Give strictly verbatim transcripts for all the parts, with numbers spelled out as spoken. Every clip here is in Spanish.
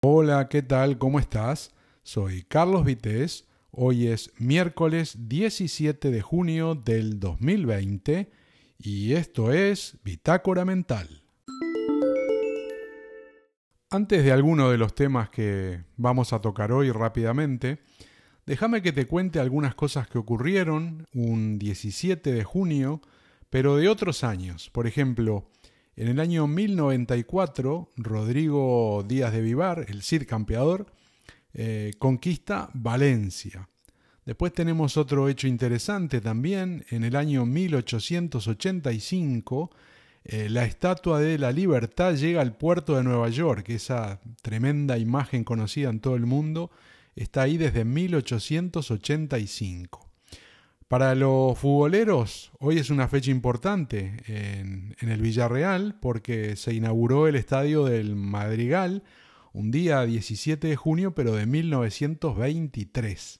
Hola, ¿qué tal? ¿Cómo estás? Soy Carlos Vitéz. Hoy es miércoles diecisiete de junio del dos mil veinte y esto es Bitácora Mental. Antes de alguno de los temas que vamos a tocar hoy rápidamente, déjame que te cuente algunas cosas que ocurrieron un diecisiete de junio, pero de otros años. Por ejemplo, en el año mil novecientos noventa y cuatro, Rodrigo Díaz de Vivar, el Cid Campeador, eh, conquista Valencia. Después tenemos otro hecho interesante también. En el año mil ochocientos ochenta y cinco, eh, la Estatua de la Libertad llega al puerto de Nueva York. Esa tremenda imagen conocida en todo el mundo está ahí desde mil ochocientos ochenta y cinco. Para los futboleros, hoy es una fecha importante en, en el Villarreal porque se inauguró el Estadio del Madrigal un día diecisiete de junio, pero de mil novecientos veintitrés.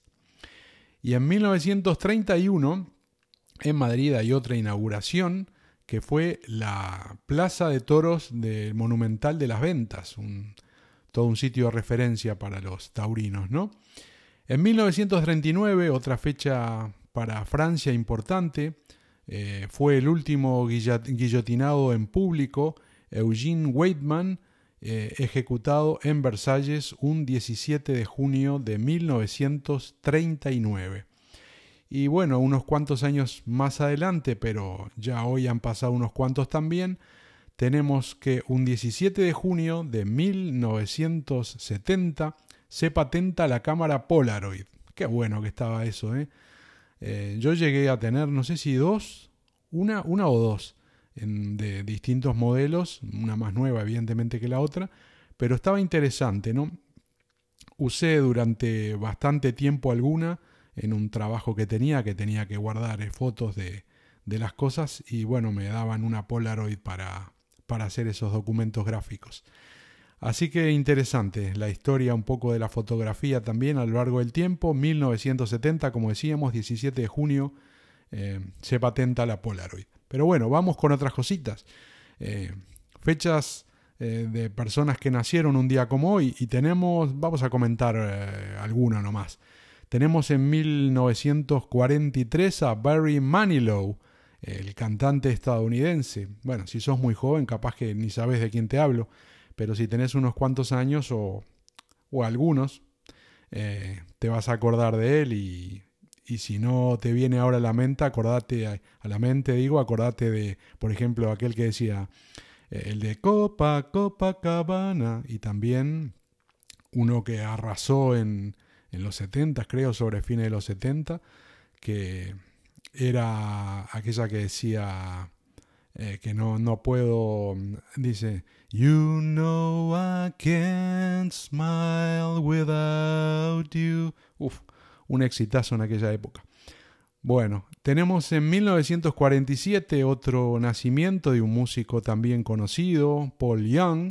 Y en mil novecientos treinta y uno, en Madrid hay otra inauguración que fue la Plaza de Toros del Monumental de las Ventas, un, todo un sitio de referencia para los taurinos, ¿no? En mil novecientos treinta y nueve, otra fecha para Francia importante, eh, fue el último guillotinado en público, Eugene Weidmann, eh, ejecutado en Versalles un diecisiete de junio de mil novecientos treinta y nueve. Y bueno, unos cuantos años más adelante, pero ya hoy han pasado unos cuantos también, tenemos que un diecisiete de junio de mil novecientos setenta se patenta la cámara Polaroid. Qué bueno que estaba eso, ¿eh? Eh, yo llegué a tener, no sé si dos, una, una o dos, en, de distintos modelos, una más nueva evidentemente que la otra, pero estaba interesante, ¿no? Usé durante bastante tiempo alguna en un trabajo que tenía, que tenía que guardar eh, fotos de, de las cosas y bueno, me daban una Polaroid para, para hacer esos documentos gráficos. Así que interesante la historia un poco de la fotografía también a lo largo del tiempo. mil novecientos setenta, como decíamos, diecisiete de junio, eh, se patenta la Polaroid. Pero bueno, vamos con otras cositas. Eh, fechas eh, de personas que nacieron un día como hoy y tenemos, vamos a comentar eh, alguna nomás. Tenemos en mil novecientos cuarenta y tres a Barry Manilow, el cantante estadounidense. Bueno, si sos muy joven, capaz que ni sabes de quién te hablo. Pero si tenés unos cuantos años o, o algunos, eh, te vas a acordar de él y, y si no te viene ahora a la mente, acordate a, a la mente, digo, acordate de, por ejemplo, aquel que decía, eh, el de Copa, Copacabana, y también uno que arrasó en, en los setenta, creo, sobre fines de los setenta, que era aquella que decía... Eh, que no, no puedo, dice, You know I can't smile without you. Uf, un exitazo en aquella época. Bueno, tenemos en mil novecientos cuarenta y siete otro nacimiento de un músico también conocido, Paul Young,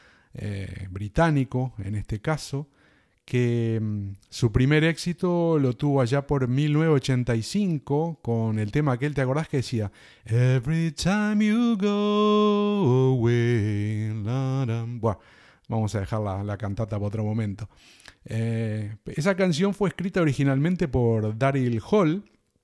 eh, británico en este caso, que mmm, su primer éxito lo tuvo allá por mil novecientos ochenta y cinco con el tema aquel, ¿te acordás que decía? Every time you go away. La, la. Buah, vamos a dejar la, la cantata para otro momento. Eh, esa canción fue escrita originalmente por Daryl Hall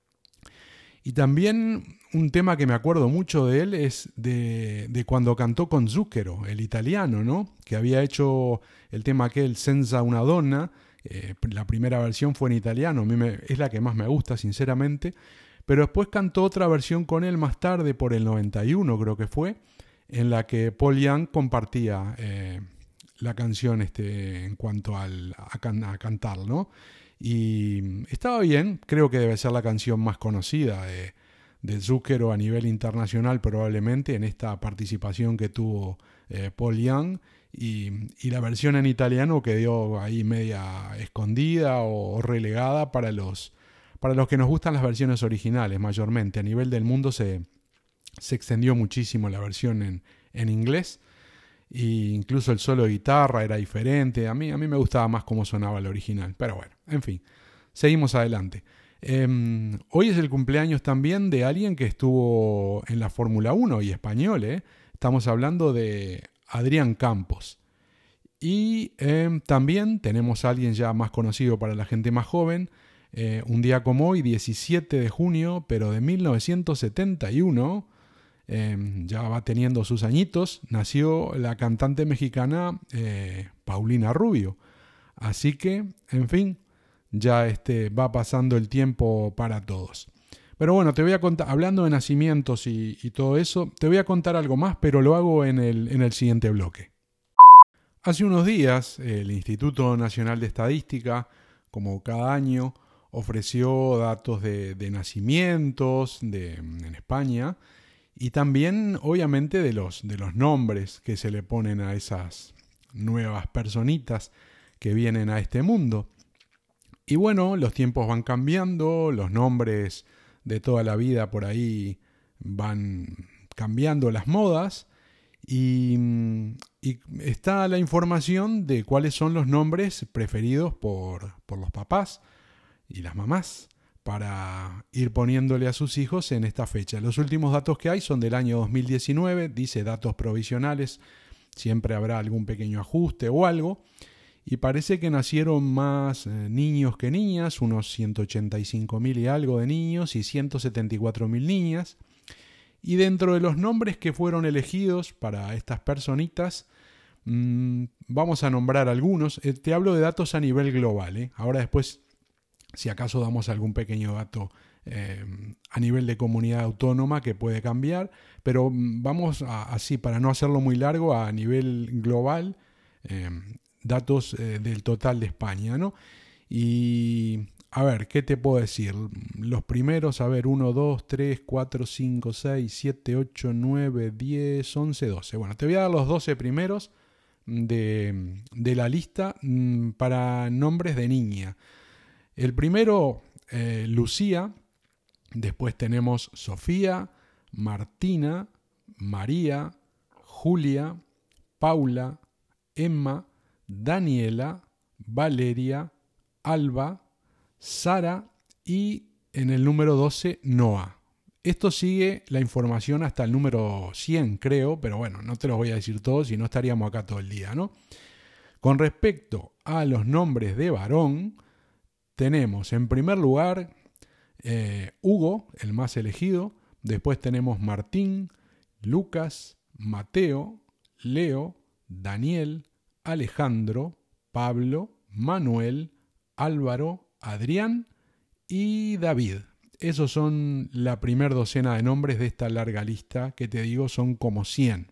y también un tema que me acuerdo mucho de él es de, de cuando cantó con Zucchero, el italiano, ¿no? Que había hecho el tema aquel Senza una donna. Eh, la primera versión fue en italiano, a mí me, es la que más me gusta, sinceramente. Pero después cantó otra versión con él más tarde, por el noventa y uno creo que fue, en la que Paul Young compartía eh, la canción este, en cuanto al, a, can, a cantar, ¿no? Y estaba bien, creo que debe ser la canción más conocida de, de Zucchero a nivel internacional probablemente en esta participación que tuvo eh, Paul Young y, y la versión en italiano quedó ahí media escondida o, o relegada para los, para los que nos gustan las versiones originales mayormente. A nivel del mundo se, se extendió muchísimo la versión en, en inglés. E incluso el solo de guitarra era diferente. A mí, a mí me gustaba más cómo sonaba el original. Pero bueno, en fin, seguimos adelante. Eh, hoy es el cumpleaños también de alguien que estuvo en la Fórmula uno y español. ¿eh? Estamos hablando de Adrián Campos. Y eh, también tenemos a alguien ya más conocido para la gente más joven. Eh, un día como hoy, diecisiete de junio, pero de mil novecientos setenta y uno, eh, ya va teniendo sus añitos, nació la cantante mexicana eh, Paulina Rubio. Así que, en fin, ya este, va pasando el tiempo para todos. Pero bueno, te voy a contar, hablando de nacimientos y, y todo eso, te voy a contar algo más, pero lo hago en el, en el siguiente bloque. Hace unos días, el Instituto Nacional de Estadística, como cada año, ofreció datos de, de nacimientos de, en España y también, obviamente, de los, de los nombres que se le ponen a esas nuevas personitas que vienen a este mundo. Y bueno, los tiempos van cambiando, los nombres de toda la vida por ahí van cambiando, las modas, y, y está la información de cuáles son los nombres preferidos por, por los papás y las mamás para ir poniéndole a sus hijos en esta fecha. Los últimos datos que hay son del año dos mil diecinueve, dice datos provisionales, siempre habrá algún pequeño ajuste o algo, y parece que nacieron más eh, niños que niñas, unos ciento ochenta y cinco mil y algo de niños y ciento setenta y cuatro mil niñas. Y dentro de los nombres que fueron elegidos para estas personitas, mmm, vamos a nombrar algunos. Eh, te hablo de datos a nivel global, ¿eh? Ahora después, si acaso damos algún pequeño dato eh, a nivel de comunidad autónoma que puede cambiar, pero vamos a, así, para no hacerlo muy largo, a nivel global, eh, datos eh, del total de España, ¿no? Y a ver, ¿qué te puedo decir? Los primeros, a ver, uno, dos, tres, cuatro, cinco, seis, siete, ocho, nueve, diez, once, doce. Bueno, te voy a dar los doce primeros de, de la lista mmm, para nombres de niña. El primero, eh, Lucía, después tenemos Sofía, Martina, María, Julia, Paula, Emma, Daniela, Valeria, Alba, Sara y en el número doce, Noah. Esto sigue la información hasta el número cien, creo, pero bueno, no te los voy a decir todos, si no estaríamos acá todo el día, ¿no? Con respecto a los nombres de varón, tenemos en primer lugar eh, Hugo, el más elegido, después tenemos Martín, Lucas, Mateo, Leo, Daniel, Alejandro, Pablo, Manuel, Álvaro, Adrián y David. Esos son la primer docena de nombres de esta larga lista que te digo son como cien.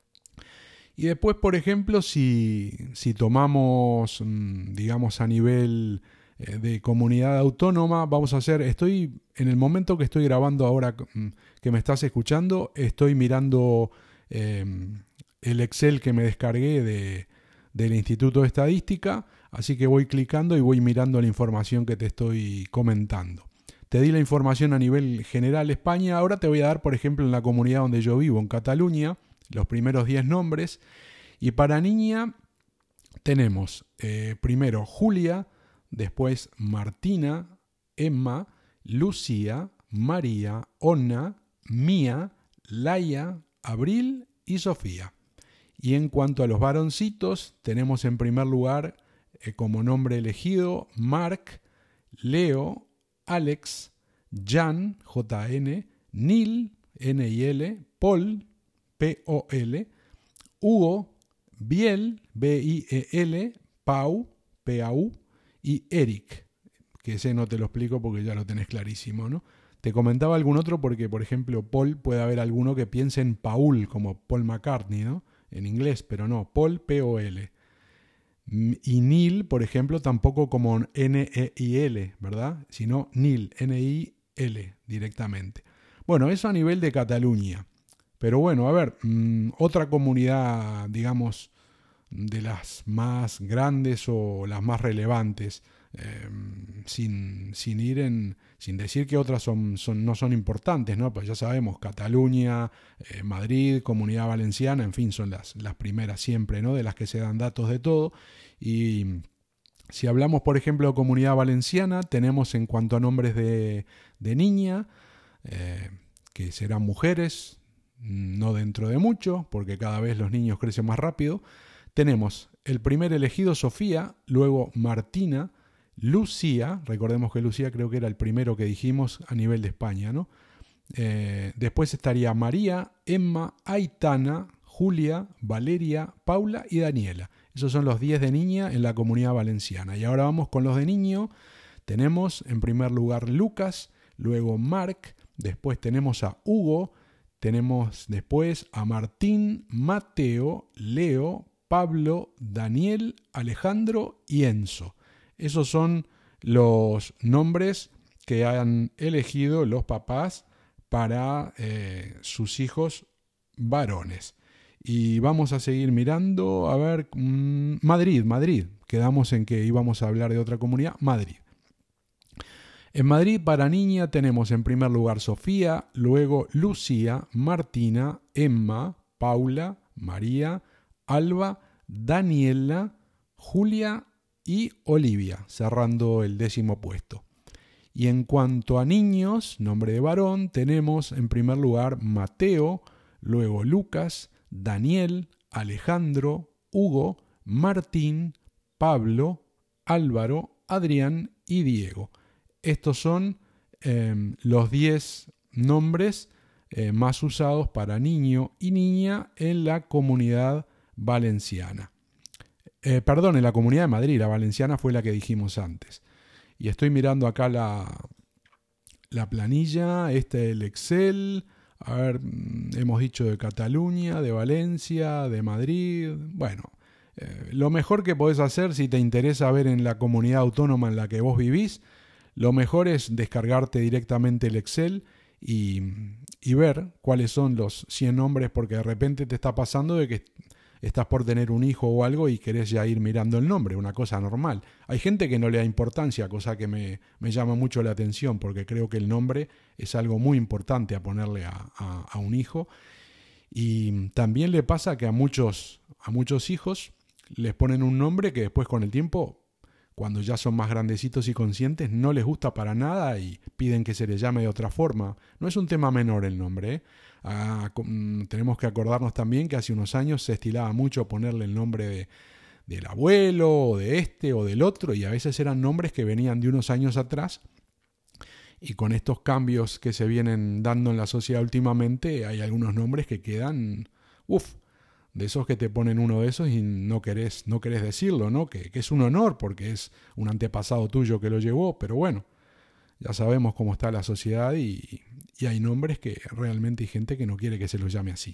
Y después, por ejemplo, si, si tomamos, digamos, a nivel de comunidad autónoma, vamos a hacer, estoy, en el momento que estoy grabando ahora que me estás escuchando, estoy mirando eh, el Excel que me descargué de, del Instituto de Estadística, así que voy clicando y voy mirando la información que te estoy comentando. Te di la información a nivel general España, ahora te voy a dar, por ejemplo, en la comunidad donde yo vivo, en Cataluña, los primeros diez nombres. Y para niña tenemos eh, primero Julia, después Martina, Emma, Lucía, María, Ona, Mía, Laia, Abril y Sofía. Y en cuanto a los varoncitos, tenemos en primer lugar eh, como nombre elegido Marc, Leo, Alex, Jan, J N, Nil, N I L, Paul, P O L, Hugo, Biel, B I E L, Pau, P A U, y Eric, que ese no te lo explico porque ya lo tenés clarísimo, ¿no? Te comentaba algún otro porque, por ejemplo, Paul, puede haber alguno que piense en Paul, como Paul McCartney, ¿no? En inglés, pero no, Paul, P O L. Y Neil, por ejemplo, tampoco como N E I L, ¿verdad? Sino Nil, N I L, directamente. Bueno, eso a nivel de Cataluña. Pero bueno, a ver, mmm, otra comunidad, digamos, de las más grandes o las más relevantes, eh, sin, sin ir en, sin decir que otras son, son, no son importantes, ¿no? Pues ya sabemos, Cataluña, eh, Madrid, Comunidad Valenciana, en fin, son las, las primeras siempre, ¿no? De las que se dan datos de todo. Y si hablamos, por ejemplo, de Comunidad Valenciana, tenemos en cuanto a nombres de, de niña, eh, que serán mujeres, no dentro de mucho, porque cada vez los niños crecen más rápido. Tenemos el primer elegido Sofía, luego Martina, Lucía, recordemos que Lucía creo que era el primero que dijimos a nivel de España, ¿no? Eh, después estaría María, Emma, Aitana, Julia, Valeria, Paula y Daniela. Esos son los diez de niña en la Comunidad Valenciana. Y ahora vamos con los de niño. Tenemos en primer lugar Lucas, luego Marc, después tenemos a Hugo, tenemos después a Martín, Mateo, Leo, Pablo, Daniel, Alejandro y Enzo. Esos son los nombres que han elegido los papás para eh, sus hijos varones. Y vamos a seguir mirando, a ver, mmm, Madrid, Madrid. Quedamos en que íbamos a hablar de otra comunidad, Madrid. En Madrid para niña tenemos en primer lugar Sofía, luego Lucía, Martina, Emma, Paula, María, Alba, Daniela, Julia y Olivia, cerrando el décimo puesto. Y en cuanto a niños, nombre de varón, tenemos en primer lugar Mateo, luego Lucas, Daniel, Alejandro, Hugo, Martín, Pablo, Álvaro, Adrián y Diego. Estos son eh, los diez nombres eh, más usados para niño y niña en la Comunidad Valenciana. Eh, perdón, en la Comunidad de Madrid, la valenciana fue la que dijimos antes. Y estoy mirando acá la, la planilla, este es el Excel. A ver, hemos dicho de Cataluña, de Valencia, de Madrid. Bueno, eh, lo mejor que podés hacer si te interesa ver en la comunidad autónoma en la que vos vivís, lo mejor es descargarte directamente el Excel y, y ver cuáles son los cien nombres, porque de repente te está pasando de que estás por tener un hijo o algo y querés ya ir mirando el nombre, una cosa normal. Hay gente que no le da importancia, cosa que me, me llama mucho la atención, porque creo que el nombre es algo muy importante a ponerle a, a, a un hijo. Y también le pasa que a muchos, a muchos hijos les ponen un nombre que después con el tiempo, cuando ya son más grandecitos y conscientes, no les gusta para nada y piden que se les llame de otra forma. No es un tema menor el nombre, ¿eh? Ah, com, tenemos que acordarnos también que hace unos años se estilaba mucho ponerle el nombre de, del abuelo, o de este o del otro, y a veces eran nombres que venían de unos años atrás, y con estos cambios que se vienen dando en la sociedad últimamente, hay algunos nombres que quedan, uff, de esos que te ponen uno de esos y no querés, no querés decirlo, ¿no? Que, que es un honor porque es un antepasado tuyo que lo llevó, pero bueno, ya sabemos cómo está la sociedad y, y hay nombres que realmente hay gente que no quiere que se los llame así.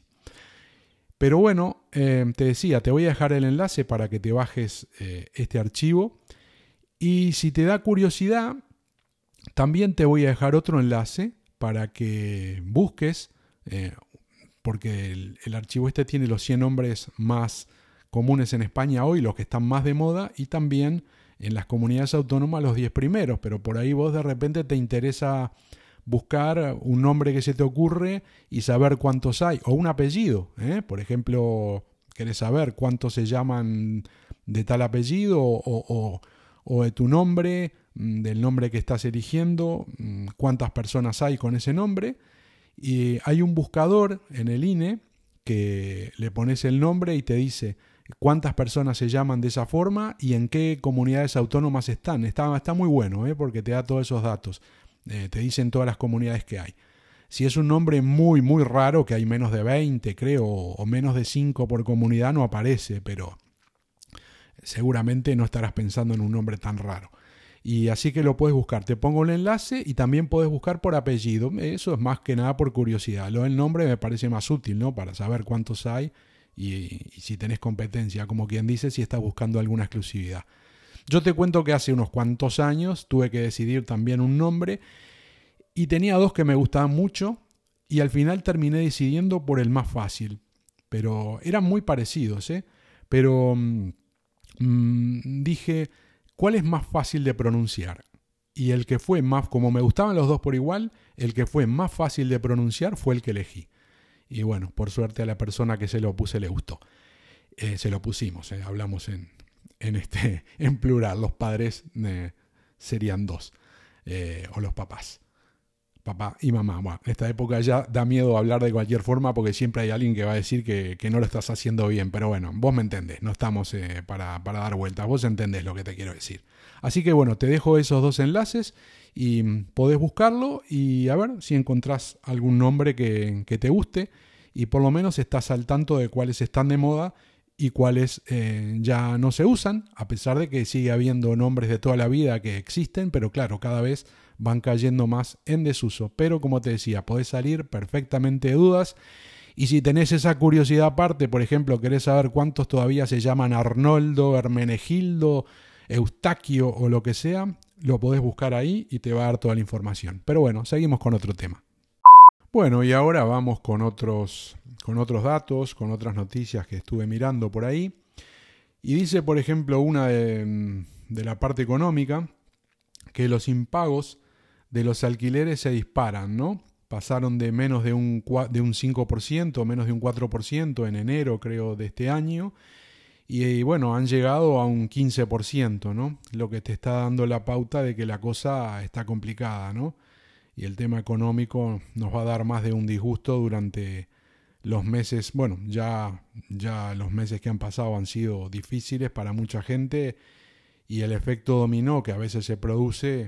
Pero bueno, eh, te decía, te voy a dejar el enlace para que te bajes eh, este archivo y si te da curiosidad, también te voy a dejar otro enlace para que busques eh, porque el, el archivo este tiene los cien nombres más comunes en España hoy, los que están más de moda, y también en las comunidades autónomas los diez primeros, pero por ahí vos de repente te interesa buscar un nombre que se te ocurre y saber cuántos hay, o un apellido, ¿eh? Por ejemplo, querés saber cuántos se llaman de tal apellido o, o, o de tu nombre, del nombre que estás eligiendo, cuántas personas hay con ese nombre. Y hay un buscador en el I N E que le pones el nombre y te dice cuántas personas se llaman de esa forma y en qué comunidades autónomas están. Está, está muy bueno, ¿eh? Porque te da todos esos datos. Eh, te dicen todas las comunidades que hay. Si es un nombre muy, muy raro, que hay menos de veinte, creo, o menos de cinco por comunidad, no aparece, pero seguramente no estarás pensando en un nombre tan raro. Y así que lo puedes buscar. Te pongo el enlace y también puedes buscar por apellido. Eso es más que nada por curiosidad. Lo del nombre me parece más útil, ¿no? Para saber cuántos hay y, y si tenés competencia, como quien dice, si estás buscando alguna exclusividad. Yo te cuento que hace unos cuantos años tuve que decidir también un nombre y tenía dos que me gustaban mucho y al final terminé decidiendo por el más fácil. Pero eran muy parecidos, ¿eh? Pero mmm, dije, ¿cuál es más fácil de pronunciar? Y el que fue más, como me gustaban los dos por igual, el que fue más fácil de pronunciar fue el que elegí. Y bueno, por suerte a la persona que se lo puse le gustó. Eh, se lo pusimos, eh, hablamos en, en, este, en plural, los padres eh, serían dos, eh, o los papás. papá y mamá. Bueno, en esta época ya da miedo hablar de cualquier forma porque siempre hay alguien que va a decir que, que no lo estás haciendo bien. Pero bueno, vos me entendés, no estamos eh, para, para dar vueltas, vos entendés lo que te quiero decir. Así que bueno, te dejo esos dos enlaces y podés buscarlo y a ver si encontrás algún nombre que, que te guste y por lo menos estás al tanto de cuáles están de moda y cuáles eh, ya no se usan, a pesar de que sigue habiendo nombres de toda la vida que existen, pero claro, cada vez van cayendo más en desuso. Pero como te decía, podés salir perfectamente de dudas y si tenés esa curiosidad aparte, por ejemplo, querés saber cuántos todavía se llaman Arnoldo, Hermenegildo, Eustaquio o lo que sea, lo podés buscar ahí y te va a dar toda la información. Pero bueno, seguimos con otro tema. Bueno, y ahora vamos con otros, con otros datos, con otras noticias que estuve mirando por ahí. Y dice, por ejemplo, una de, de la parte económica, que los impagos de los alquileres se disparan, ¿no? Pasaron de menos de un, de un cinco por ciento, menos de un cuatro por ciento en enero, creo, de este año. Y, y bueno, han llegado a un quince por ciento, ¿no? Lo que te está dando la pauta de que la cosa está complicada, ¿no? Y el tema económico nos va a dar más de un disgusto durante los meses, bueno, ya, ya los meses que han pasado han sido difíciles para mucha gente y el efecto dominó que a veces se produce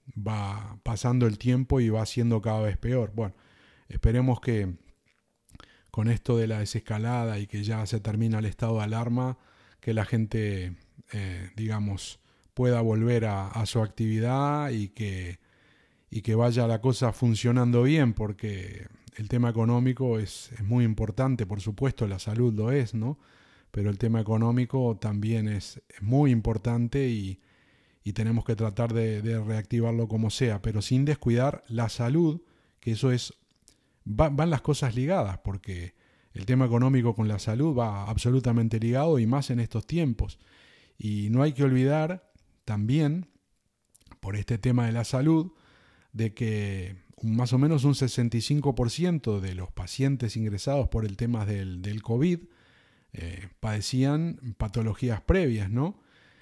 va pasando el tiempo y va siendo cada vez peor. Bueno, esperemos que con esto de la desescalada y que ya se termina el estado de alarma, que la gente, eh, digamos, pueda volver a, a su actividad y que y que vaya la cosa funcionando bien, porque el tema económico es, es muy importante, por supuesto, la salud lo es, ¿no? Pero el tema económico también es, es muy importante y, y tenemos que tratar de, de reactivarlo como sea, pero sin descuidar la salud, que eso es, va, van las cosas ligadas, porque el tema económico con la salud va absolutamente ligado y más en estos tiempos. Y no hay que olvidar también, por este tema de la salud, de que más o menos un sesenta y cinco por ciento de los pacientes ingresados por el tema del, del COVID eh, padecían patologías previas, ¿no?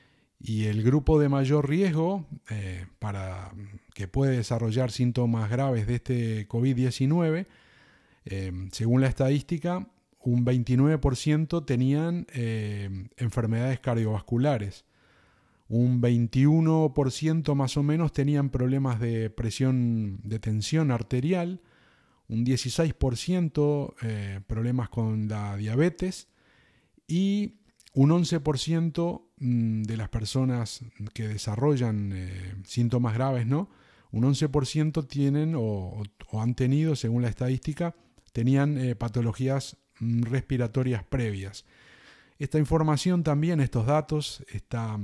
Y el grupo de mayor riesgo eh, para que puede desarrollar síntomas graves de este COVID diecinueve, eh, según la estadística, un veintinueve por ciento tenían eh, enfermedades cardiovasculares. Un veintiuno por ciento más o menos tenían problemas de presión, de tensión arterial, un dieciséis por ciento eh, problemas con la diabetes y un once por ciento de las personas que desarrollan eh, síntomas graves, ¿no? Un once por ciento tienen o, o han tenido, según la estadística, tenían eh, patologías respiratorias previas. Esta información también, estos datos, está...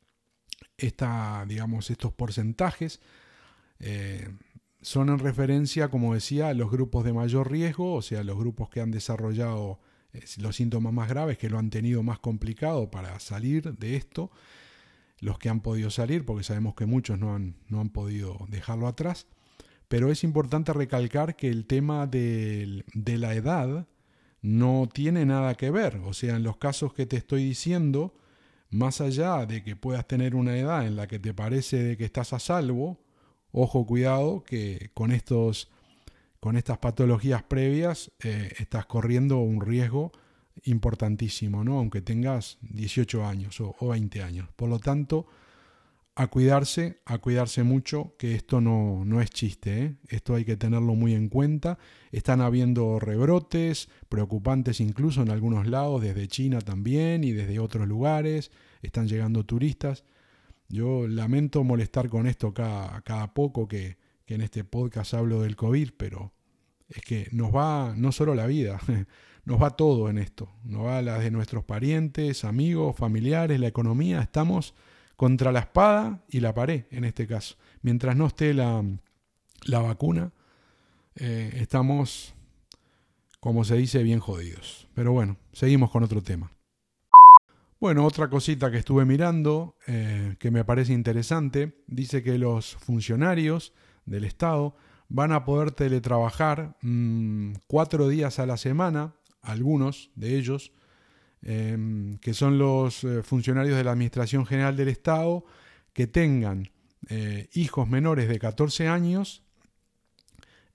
Esta, digamos, estos porcentajes eh, son en referencia, como decía, a los grupos de mayor riesgo, o sea, los grupos que han desarrollado eh, los síntomas más graves, que lo han tenido más complicado para salir de esto, los que han podido salir, porque sabemos que muchos no han, no han podido dejarlo atrás, pero es importante recalcar que el tema de, de la edad no tiene nada que ver, o sea, en los casos que te estoy diciendo, más allá de que puedas tener una edad en la que te parece de que estás a salvo, ojo, cuidado, que con, estos, con estas patologías previas eh, estás corriendo un riesgo importantísimo, ¿no? Aunque tengas dieciocho años o, o veinte años. Por lo tanto, a cuidarse, a cuidarse mucho, que esto no, no es chiste, ¿eh? Esto hay que tenerlo muy en cuenta. Están habiendo rebrotes preocupantes incluso en algunos lados, desde China también y desde otros lugares. Están llegando turistas. Yo lamento molestar con esto cada, cada poco que, que en este podcast hablo del COVID, pero es que nos va no solo la vida, nos va todo en esto. Nos va la de nuestros parientes, amigos, familiares, la economía. Estamos contra la espada y la pared, en este caso. Mientras no esté la, la vacuna, eh, estamos, como se dice, bien jodidos. Pero bueno, seguimos con otro tema. Bueno, otra cosita que estuve mirando, eh, que me parece interesante, dice que los funcionarios del Estado van a poder teletrabajar mmm, cuatro días a la semana, algunos de ellos, Eh, que son los eh, funcionarios de la Administración General del Estado que tengan eh, hijos menores de catorce años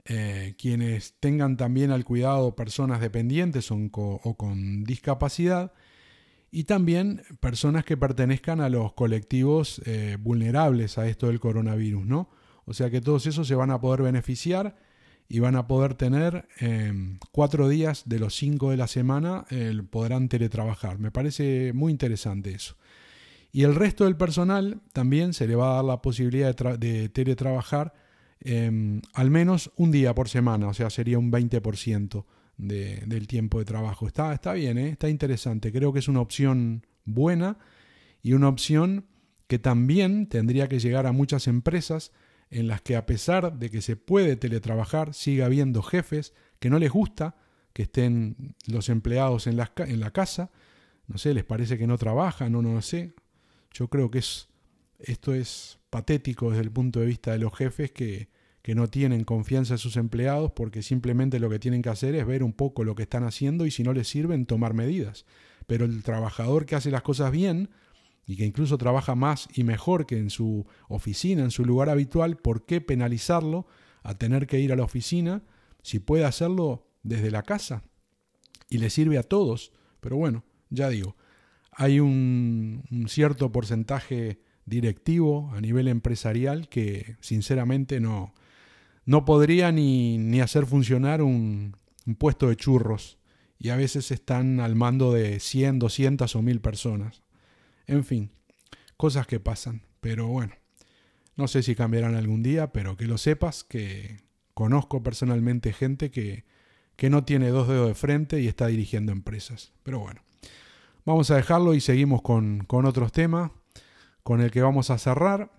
eh, quienes tengan también al cuidado personas dependientes o con, o con discapacidad, y también personas que pertenezcan a los colectivos eh, vulnerables a esto del coronavirus, ¿no? O sea que todos esos se van a poder beneficiar y van a poder tener eh, cuatro días de los cinco de la semana, eh, podrán teletrabajar. Me parece muy interesante eso. Y el resto del personal también se le va a dar la posibilidad de, de teletrabajar eh, al menos un día por semana, o sea, sería un veinte por ciento. De, del tiempo de trabajo. Está, está bien, ¿eh? Está interesante. Creo que es una opción buena y una opción que también tendría que llegar a muchas empresas en las que, a pesar de que se puede teletrabajar, siga habiendo jefes que no les gusta que estén los empleados en la, en la casa. No sé, les parece que no trabajan, no, no sé. Yo creo que es, esto es patético desde el punto de vista de los jefes que que no tienen confianza en sus empleados porque simplemente lo que tienen que hacer es ver un poco lo que están haciendo y si no les sirven tomar medidas. Pero el trabajador que hace las cosas bien y que incluso trabaja más y mejor que en su oficina, en su lugar habitual, ¿por qué penalizarlo a tener que ir a la oficina si puede hacerlo desde la casa? Y le sirve a todos. Pero bueno, ya digo, hay un, un cierto porcentaje directivo a nivel empresarial que sinceramente no... No podría ni, ni hacer funcionar un, un puesto de churros y a veces están al mando de cien, doscientas o mil personas. En fin, cosas que pasan, pero bueno, no sé si cambiarán algún día, pero que lo sepas que conozco personalmente gente que, que no tiene dos dedos de frente y está dirigiendo empresas. Pero bueno, vamos a dejarlo y seguimos con, con otros temas, con el que vamos a cerrar.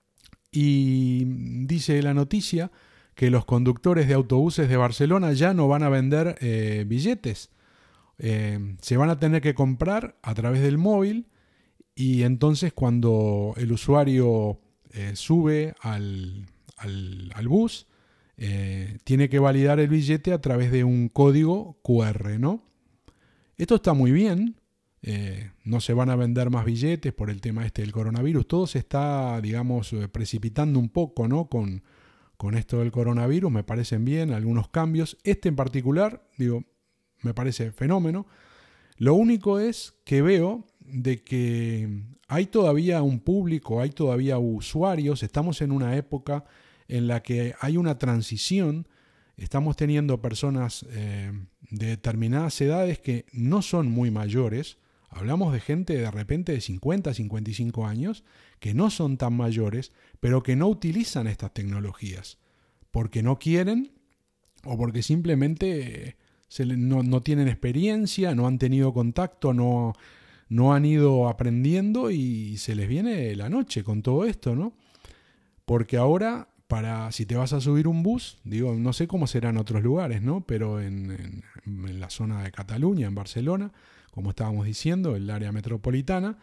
Y dice la noticia que los conductores de autobuses de Barcelona ya no van a vender eh, billetes. Eh, se van a tener que comprar a través del móvil y entonces cuando el usuario eh, sube al, al, al bus, eh, tiene que validar el billete a través de un código cu erre, ¿no? Esto está muy bien. Eh, no se van a vender más billetes por el tema este del coronavirus. Todo se está, digamos, precipitando un poco, ¿no? Con, con esto del coronavirus. Me parecen bien algunos cambios. Este en particular, digo, me parece fenómeno. Lo único es que veo de que hay todavía un público, hay todavía usuarios. Estamos en una época en la que hay una transición. Estamos teniendo personas eh, de determinadas edades que no son muy mayores. Hablamos de gente de repente de cincuenta, cincuenta y cinco años que no son tan mayores, pero que no utilizan estas tecnologías porque no quieren o porque simplemente se le, no, no tienen experiencia, no han tenido contacto, no, no han ido aprendiendo y se les viene la noche con todo esto, ¿no? Porque ahora, para si te vas a subir un bus, digo, no sé cómo será en otros lugares, ¿no? Pero en, en, en la zona de Cataluña, en Barcelona, como estábamos diciendo, el área metropolitana,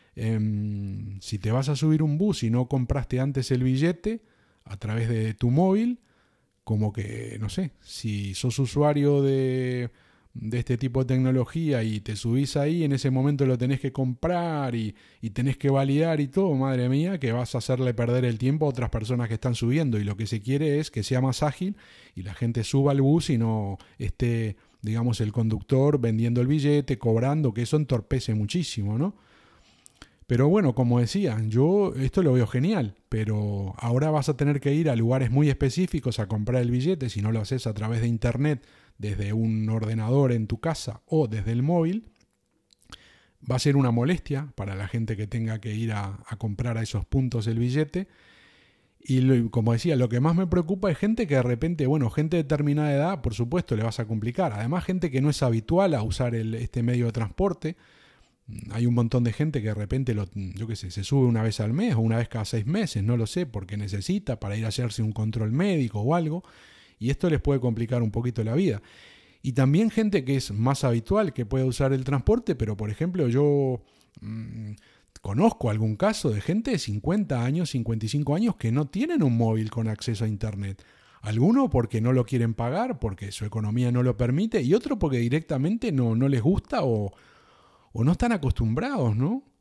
eh, si te vas a subir un bus y no compraste antes el billete a través de tu móvil, como que, no sé, si sos usuario de, de este tipo de tecnología y te subís ahí, en ese momento lo tenés que comprar y, y tenés que validar y todo, madre mía, que vas a hacerle perder el tiempo a otras personas que están subiendo. Y lo que se quiere es que sea más ágil y la gente suba al bus y no esté, digamos, el conductor vendiendo el billete, cobrando, que eso entorpece muchísimo, ¿no? Pero bueno, como decía, yo esto lo veo genial, pero ahora vas a tener que ir a lugares muy específicos a comprar el billete, si no lo haces a través de internet, desde un ordenador en tu casa o desde el móvil. Va a ser una molestia para la gente que tenga que ir a, a comprar a esos puntos el billete. Y lo, como decía, lo que más me preocupa es gente que de repente, bueno, gente de determinada edad, por supuesto, le vas a complicar. Además, gente que no es habitual a usar el, este medio de transporte. Hay un montón de gente que de repente, lo, yo qué sé, se sube una vez al mes o una vez cada seis meses, no lo sé, porque necesita para ir a hacerse un control médico o algo. Y esto les puede complicar un poquito la vida. Y también gente que es más habitual, que puede usar el transporte, pero por ejemplo yo mmm, conozco algún caso de gente de cincuenta años, cincuenta y cinco años que no tienen un móvil con acceso a internet. Alguno porque no lo quieren pagar, porque su economía no lo permite, y otro porque directamente no, no les gusta o, o no están acostumbrados, ¿no?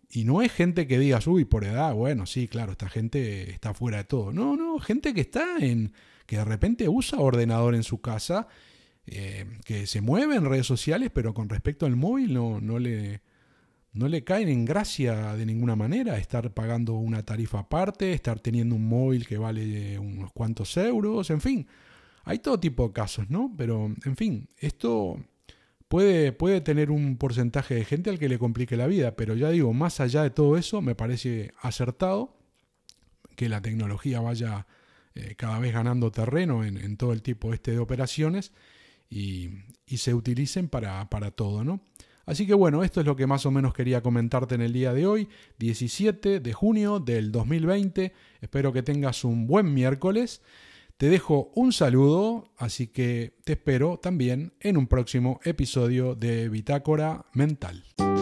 Y no es gente que digas, uy, por edad, bueno, sí, claro, esta gente está fuera de todo. No, no, gente que está en, que de repente usa ordenador en su casa, eh, que se mueve en redes sociales, pero con respecto al móvil no, no le, no le caen en gracia de ninguna manera estar pagando una tarifa aparte, estar teniendo un móvil que vale unos cuantos euros, en fin. Hay todo tipo de casos, ¿no? Pero, en fin, esto puede, puede tener un porcentaje de gente al que le complique la vida, pero ya digo, más allá de todo eso, me parece acertado que la tecnología vaya eh, cada vez ganando terreno en, en todo el tipo este de operaciones y, y se utilicen para, para todo, ¿no? Así que bueno, esto es lo que más o menos quería comentarte en el día de hoy, diecisiete de junio del dos mil veinte. Espero que tengas un buen miércoles. Te dejo un saludo, así que te espero también en un próximo episodio de Bitácora Mental.